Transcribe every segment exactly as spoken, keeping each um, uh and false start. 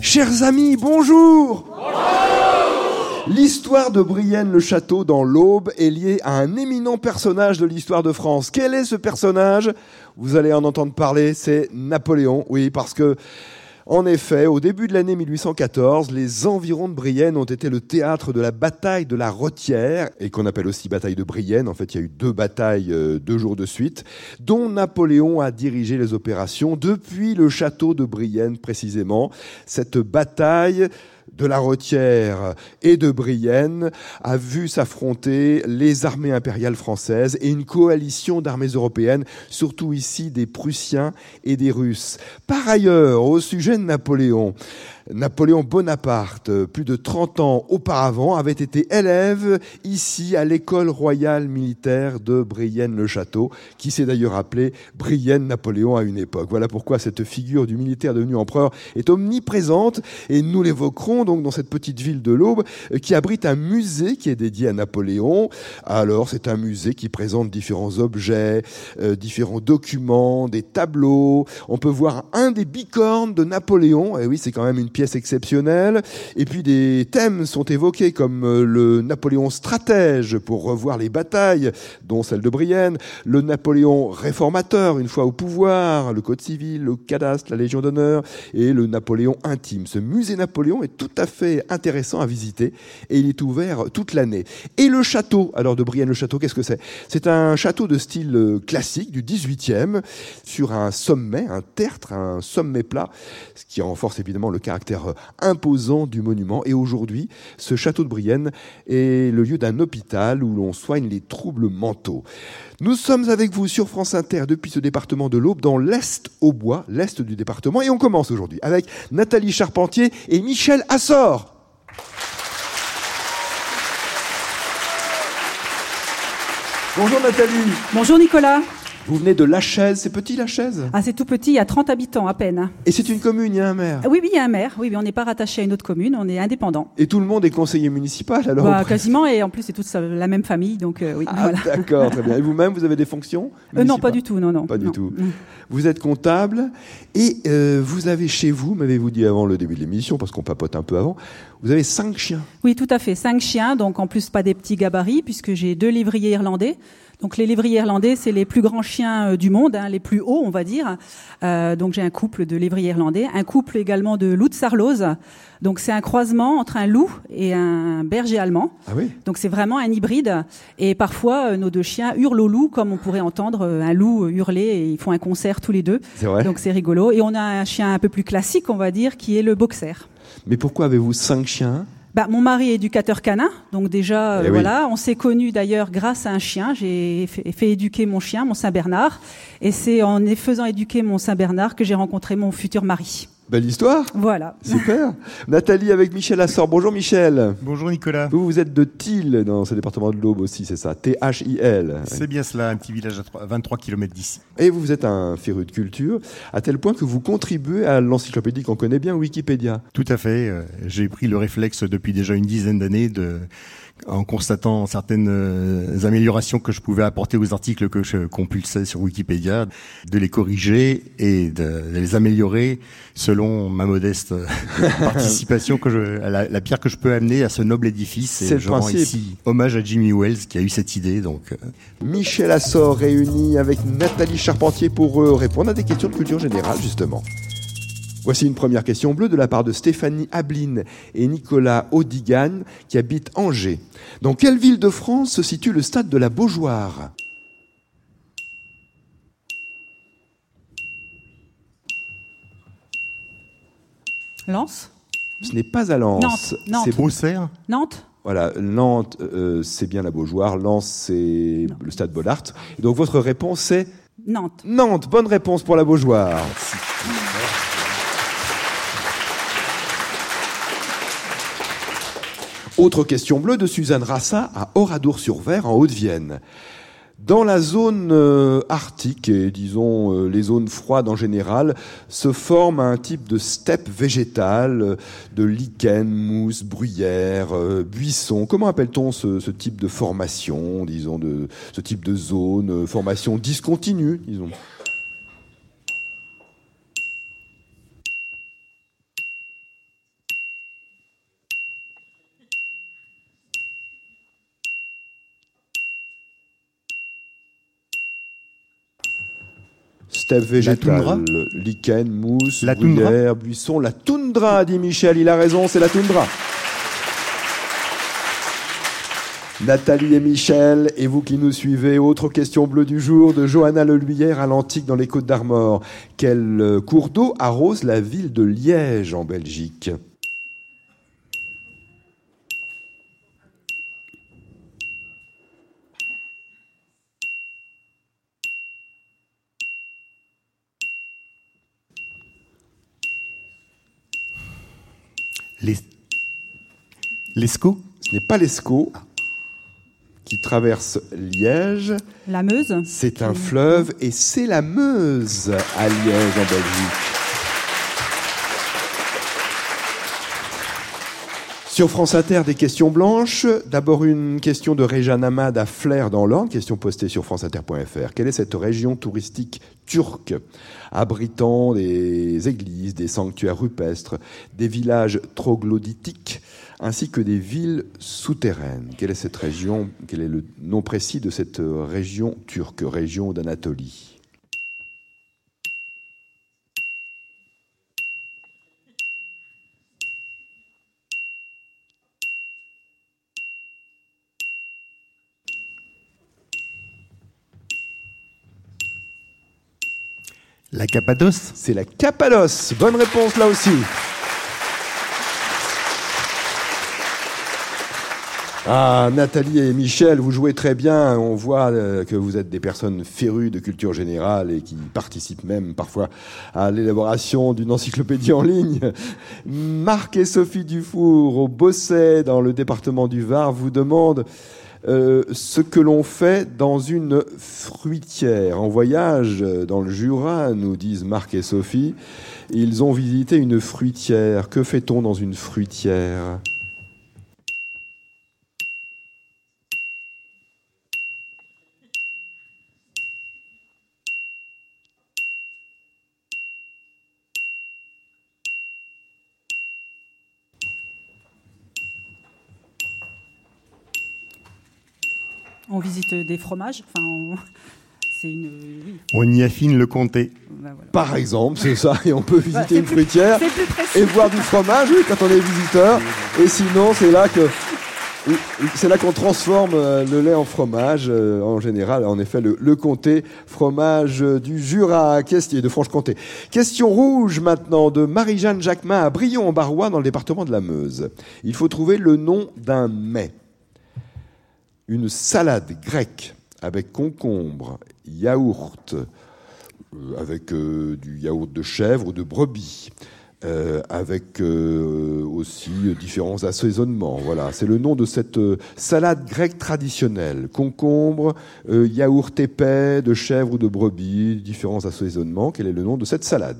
Chers amis, bonjour. Bonjour. L'histoire de Brienne-le-Château dans l'Aube est liée à un éminent personnage de l'histoire de France. Quel est ce personnage ? Vous allez en entendre parler, c'est Napoléon. Oui, parce que, en effet, au début de l'année mille huit cent quatorze, les environs de Brienne ont été le théâtre de la bataille de la Retière, et qu'on appelle aussi bataille de Brienne. En fait, il y a eu deux batailles euh, deux jours de suite, dont Napoléon a dirigé les opérations depuis le château de Brienne, précisément. Cette bataille de la Retière et de Brienne a vu s'affronter les armées impériales françaises et une coalition d'armées européennes, surtout ici des Prussiens et des Russes. Par ailleurs, au sujet de Napoléon, Napoléon Bonaparte, plus de trente ans auparavant, avait été élève ici à l'école royale militaire de Brienne-le-Château, qui s'est d'ailleurs appelée Brienne-Napoléon à une époque. Voilà pourquoi cette figure du militaire devenu empereur est omniprésente, et nous l'évoquerons donc dans cette petite ville de l'Aube qui abrite un musée qui est dédié à Napoléon. Alors c'est un musée qui présente différents objets, euh, différents documents, des tableaux. On peut voir un des bicornes de Napoléon, et oui, c'est quand même une pièce exceptionnelle. Et puis des thèmes sont évoqués comme le Napoléon stratège pour revoir les batailles, dont celle de Brienne, le Napoléon réformateur une fois au pouvoir, le Code civil, le cadastre, la Légion d'honneur, et le Napoléon intime. Ce musée Napoléon est tout à fait intéressant à visiter et il est ouvert toute l'année. Et le château, alors de Brienne-le-Château, qu'est-ce que c'est ? C'est un château de style classique du dix-huitième, sur un sommet, un tertre, un sommet plat, ce qui renforce évidemment le caractère imposant du monument. Et aujourd'hui, ce château de Brienne est le lieu d'un hôpital où l'on soigne les troubles mentaux. Nous sommes avec vous sur France Inter depuis ce département de l'Aube, dans l'Est au Bois, l'Est du département. Et on commence aujourd'hui avec Nathalie Charpentier et Michel Assor. Bonjour Nathalie. Bonjour Nicolas. Vous venez de La Chaise, c'est petit La Chaise ? Ah, c'est tout petit, il y a trente habitants à peine. Et c'est une commune, il y a un maire ? Ah, oui, oui, il y a un maire, oui, mais on n'est pas rattaché à une autre commune, on est indépendant. Et tout le monde est conseiller municipal alors ? Bah, quasiment, et en plus c'est toute la même famille, donc euh, oui. Ah, voilà. D'accord, très bien. Et vous-même, vous avez des fonctions ? euh, Non, pas du tout, non, non. Pas du non. tout. Vous êtes comptable et euh, vous avez chez vous, m'avez-vous dit avant le début de l'émission, parce qu'on papote un peu avant, vous avez cinq chiens. Oui, tout à fait, cinq chiens, donc en plus pas des petits gabarits, puisque j'ai deux lévriers irlandais. Donc les lévriers irlandais, c'est les plus grands chiens du monde, hein, les plus hauts, on va dire. Euh, donc j'ai un couple de lévriers irlandais, un couple également de loups de Sarlose. Donc c'est un croisement entre un loup et un berger allemand. Ah oui. Donc c'est vraiment un hybride. Et parfois, euh, nos deux chiens hurlent au loup, comme on pourrait entendre euh, un loup hurler, et ils font un concert tous les deux. C'est vrai. Donc c'est rigolo. Et on a un chien un peu plus classique, on va dire, qui est le boxer. Mais pourquoi avez-vous cinq chiens ? Bah, mon mari est éducateur canin, donc déjà, eh euh, oui. voilà, on s'est connus d'ailleurs grâce à un chien. J'ai fait, fait éduquer mon chien, mon Saint-Bernard, et c'est en faisant éduquer mon Saint-Bernard que j'ai rencontré mon futur mari. Belle histoire. Voilà. Super. Nathalie avec Michel Assor. Bonjour Michel. Bonjour Nicolas. Vous, vous êtes de Thil, dans ce département de l'Aube aussi, c'est ça ? T H I L. C'est bien cela, un petit village à vingt-trois kilomètres d'ici. Et vous, vous êtes un féru de culture, à tel point que vous contribuez à l'encyclopédie qu'on connaît bien, Wikipédia. Tout à fait. J'ai pris le réflexe depuis déjà une dizaine d'années de... en constatant certaines euh, améliorations que je pouvais apporter aux articles que je compulsais sur Wikipédia, de les corriger et de, de les améliorer selon ma modeste participation, que je, à la, la pierre que je peux amener à ce noble édifice. C'est et le je rends principe. ici hommage à Jimmy Wells qui a eu cette idée. Donc, euh... Michel Assor réuni avec Nathalie Charpentier pour euh, répondre à des questions de culture générale, justement. Voici une première question bleue de la part de Stéphanie Abline et Nicolas Audigan qui habitent Angers. Dans quelle ville de France se situe le stade de la Beaujoire ? Lens ? Ce n'est pas à Lens. Nantes. Nantes. C'est Auxerre ? Nantes ? Voilà, Nantes, euh, c'est bien la Beaujoire. Lens, c'est non. le stade Bollard. Et donc votre réponse, c'est Nantes. Nantes, bonne réponse pour la Beaujoire. Merci. Autre question bleue de Suzanne Rassa à Oradour-sur-Ver, en Haute-Vienne. Dans la zone euh, arctique et disons euh, les zones froides en général, se forme un type de steppe végétale, euh, de lichen, mousse, bruyère, euh, buisson. Comment appelle-t-on ce, ce type de formation, disons, de ce type de zone, euh, formation discontinue, disons ? Steppe végétal, toundra. lichen, mousse, La toundra. bruyère, buisson. La toundra, dit Michel, il a raison, c'est la toundra. Nathalie et Michel, et vous qui nous suivez, autre question bleue du jour de Johanna Leluyère à l'Antique dans les Côtes d'Armor. Quel cours d'eau arrose la ville de Liège en Belgique ? Les... L'Escaut ? Ce n'est pas l'Escaut qui traverse Liège. La Meuse. C'est un fleuve et c'est la Meuse à Liège en Belgique. Sur France Inter, des questions blanches. D'abord une question de Réjeanne Hamad à Flers dans l'Orne, question postée sur franceinter point f r. Quelle est cette région touristique turque abritant des églises, des sanctuaires rupestres, des villages troglodytiques ainsi que des villes souterraines? Quelle est cette région? Quel est le nom précis de cette région turque, région d'Anatolie? La Cappadoce ? C'est la Cappadoce. Bonne réponse là aussi. Ah, Nathalie et Michel, vous jouez très bien. On voit euh, que vous êtes des personnes férues de culture générale et qui participent même parfois à l'élaboration d'une encyclopédie en ligne. Marc et Sophie Dufour, au Bosset, dans le département du Var, vous demandent euh, ce que l'on fait dans une fruitière. En voyage dans le Jura, nous disent Marc et Sophie, ils ont visité une fruitière. Que fait-on dans une fruitière ? On visite des fromages. Enfin, on... c'est une. Oui. On y affine le comté. Ben voilà. Par exemple, c'est ça, et on peut visiter Bah, une fruitière C'est plus précis. et boire du fromage, oui, quand on est visiteur. Et sinon, c'est là que c'est là qu'on transforme euh, le lait en fromage. euh, En général, en effet, le, le comté, fromage euh, du Jura, Questier, de Franche-Comté. Question rouge maintenant de Marie-Jeanne Jacquemin à Brion-en-Barrois dans le département de la Meuse. Il faut trouver le nom d'un mets. Une salade grecque avec concombre, yaourt, euh, avec euh, du yaourt de chèvre ou de brebis, euh, avec euh, aussi euh, différents assaisonnements. Voilà, c'est le nom de cette euh, salade grecque traditionnelle. Concombre, euh, yaourt épais de chèvre ou de brebis, différents assaisonnements. Quel est le nom de cette salade ?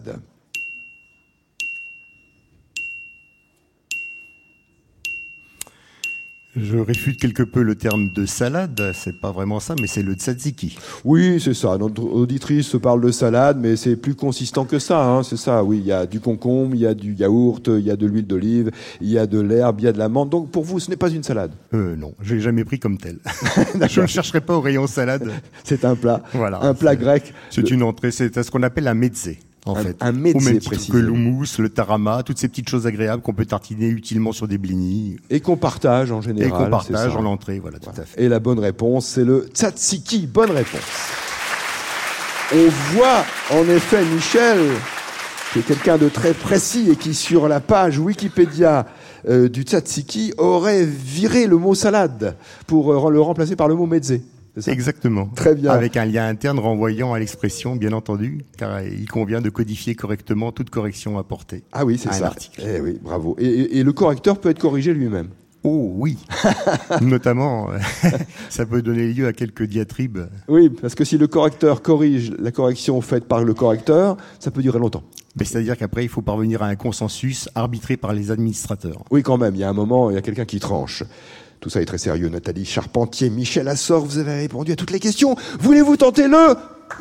Je réfute quelque peu le terme de salade, c'est pas vraiment ça, mais c'est le tzatziki. Oui, c'est ça. Notre auditrice parle de salade, mais c'est plus consistant que ça. Hein. C'est ça, oui. Il y a du concombre, il y a du yaourt, il y a de l'huile d'olive, il y a de l'herbe, il y a de la menthe. Donc pour vous, ce n'est pas une salade. Euh, non, je l'ai jamais pris comme tel. Je ne chercherai pas au rayon salade. C'est un plat, Voilà, un plat c'est- grec. C'est une entrée, c'est ce qu'on appelle un mezze. En Un- fait, un mezze, au même titre que précisément. l'houmous, le tarama, toutes ces petites choses agréables qu'on peut tartiner utilement sur des blinis Et qu'on partage en et général. qu'on c'est partage ça. en entrée, voilà, tout Voilà. à fait. Et la bonne réponse, c'est le tzatziki. Bonne réponse. On voit en effet, Michel, qui est quelqu'un de très précis et qui, sur la page Wikipédia euh, du tzatziki, aurait viré le mot salade pour euh, le remplacer par le mot mezze. C'est ça ? Exactement. Très bien. Avec un lien interne renvoyant à l'expression, bien entendu, car il convient de codifier correctement toute correction apportée. Ah oui, c'est à un ça. article. Eh oui, bravo. Et, et- et le correcteur peut être corrigé lui-même. Oh oui, notamment, euh, ça peut donner lieu à quelques diatribes. Oui, parce que si le correcteur corrige la correction faite par le correcteur, ça peut durer longtemps. Mais c'est-à-dire qu'après, il faut parvenir à un consensus arbitré par les administrateurs. Oui, quand même, il y a un moment, il y a quelqu'un qui tranche. Tout ça est très sérieux. Nathalie Charpentier, Michel Assor, vous avez répondu à toutes les questions. Voulez-vous tenter le...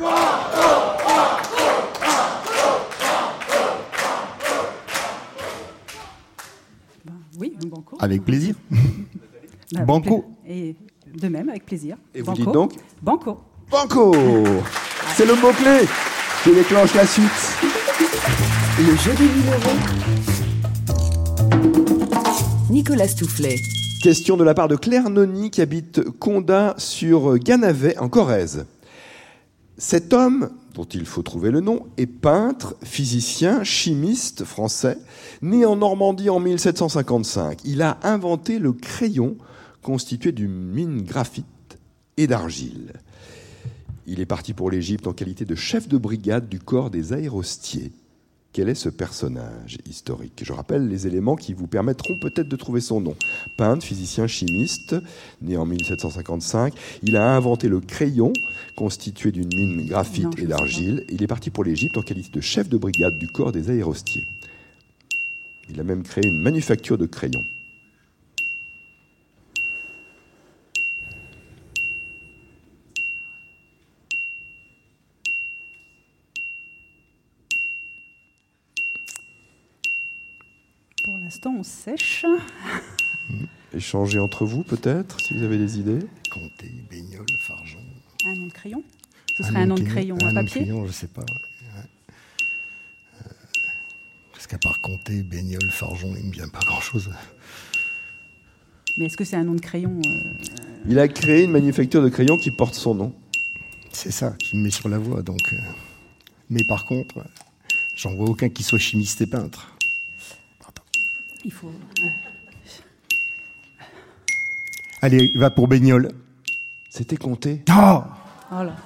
Oui, un banco. Avec plaisir. Bah, Banco. Et de même, avec plaisir. Et vous Banco. dites donc Banco. Banco. C'est le mot-clé Je déclenche la suite. Le jeu des mille euros. Nicolas Stoufflet. Question de la part de Claire Noni qui habite Condat sur Ganavet en Corrèze. Cet homme, dont il faut trouver le nom, est peintre, physicien, chimiste français, né en Normandie en mille sept cent cinquante-cinq. Il a inventé le crayon constitué d'une mine graphite et d'argile. Il est parti pour l'Égypte en qualité de chef de brigade du corps des aérostiers. Quel est ce personnage historique ? Je rappelle les éléments qui vous permettront peut-être de trouver son nom. Peintre, physicien, chimiste, né en mille sept cent cinquante-cinq. Il a inventé le crayon, constitué d'une mine graphite non, et d'argile. Il est parti pour l'Égypte en qualité de chef de brigade du corps des aérostiers. Il a même créé une manufacture de crayons. Pour l'instant, on sèche. Échanger entre vous, peut-être, si vous avez des idées. Comté, Baignol, Fargeon. Un nom de crayon ? Ce serait un, un nom de crayon à papier ? Un nom de crayon, je ne sais pas. Ouais. Euh, parce qu'à part Comté, Baignol, Fargeon, il ne me vient pas grand-chose. Mais est-ce que c'est un nom de crayon euh... Il a créé une manufacture de crayons qui porte son nom. C'est ça, qui me met sur la voie. Donc, euh... Mais par contre, j'en vois aucun qui soit chimiste et peintre. Il faut... Allez, va pour Baignol. C'était Comté. Oh, oh là.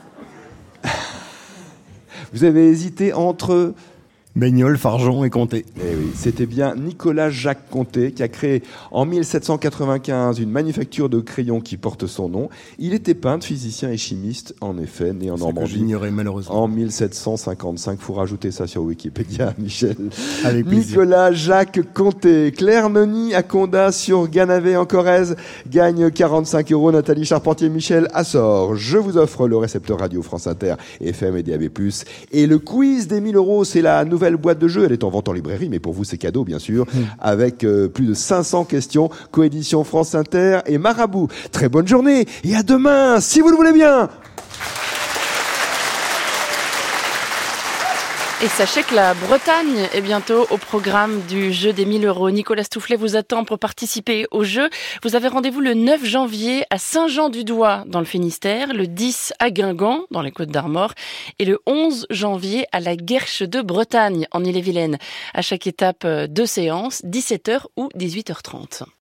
Vous avez hésité entre... Baignol, Fargeon et Comté. Eh oui, c'était bien Nicolas Jacques Comté qui a créé en mille sept cent quatre-vingt-quinze une manufacture de crayons qui porte son nom. Il était peintre, physicien et chimiste, en effet, né en Normandie. J'ignorais malheureusement. En mille sept cent cinquante-cinq. Faut rajouter ça sur Wikipédia, Michel. Avec plaisir. Nicolas Jacques Comté. Claire Noni à Condat sur Ganavet en Corrèze gagne quarante-cinq euros. Nathalie Charpentier, Michel Assor. Je vous offre le récepteur radio France Inter, F M et D A B plus. Et le quiz des mille euros, c'est la nouvelle boîte de jeu, elle est en vente en librairie, mais pour vous c'est cadeau bien sûr, mmh. avec euh, plus de cinq cents questions, coédition France Inter et Marabout. Très bonne journée et à demain, si vous le voulez bien. Et sachez que la Bretagne est bientôt au programme du jeu des mille euros. Nicolas Stoufflet vous attend pour participer au jeu. Vous avez rendez-vous le neuf janvier à Saint-Jean-du-Doigt dans le Finistère, le dix à Guingamp dans les Côtes-d'Armor et le onze janvier à la Guerche de Bretagne en Ille-et-Vilaine. À chaque étape, deux séances, dix-sept heures ou dix-huit heures trente.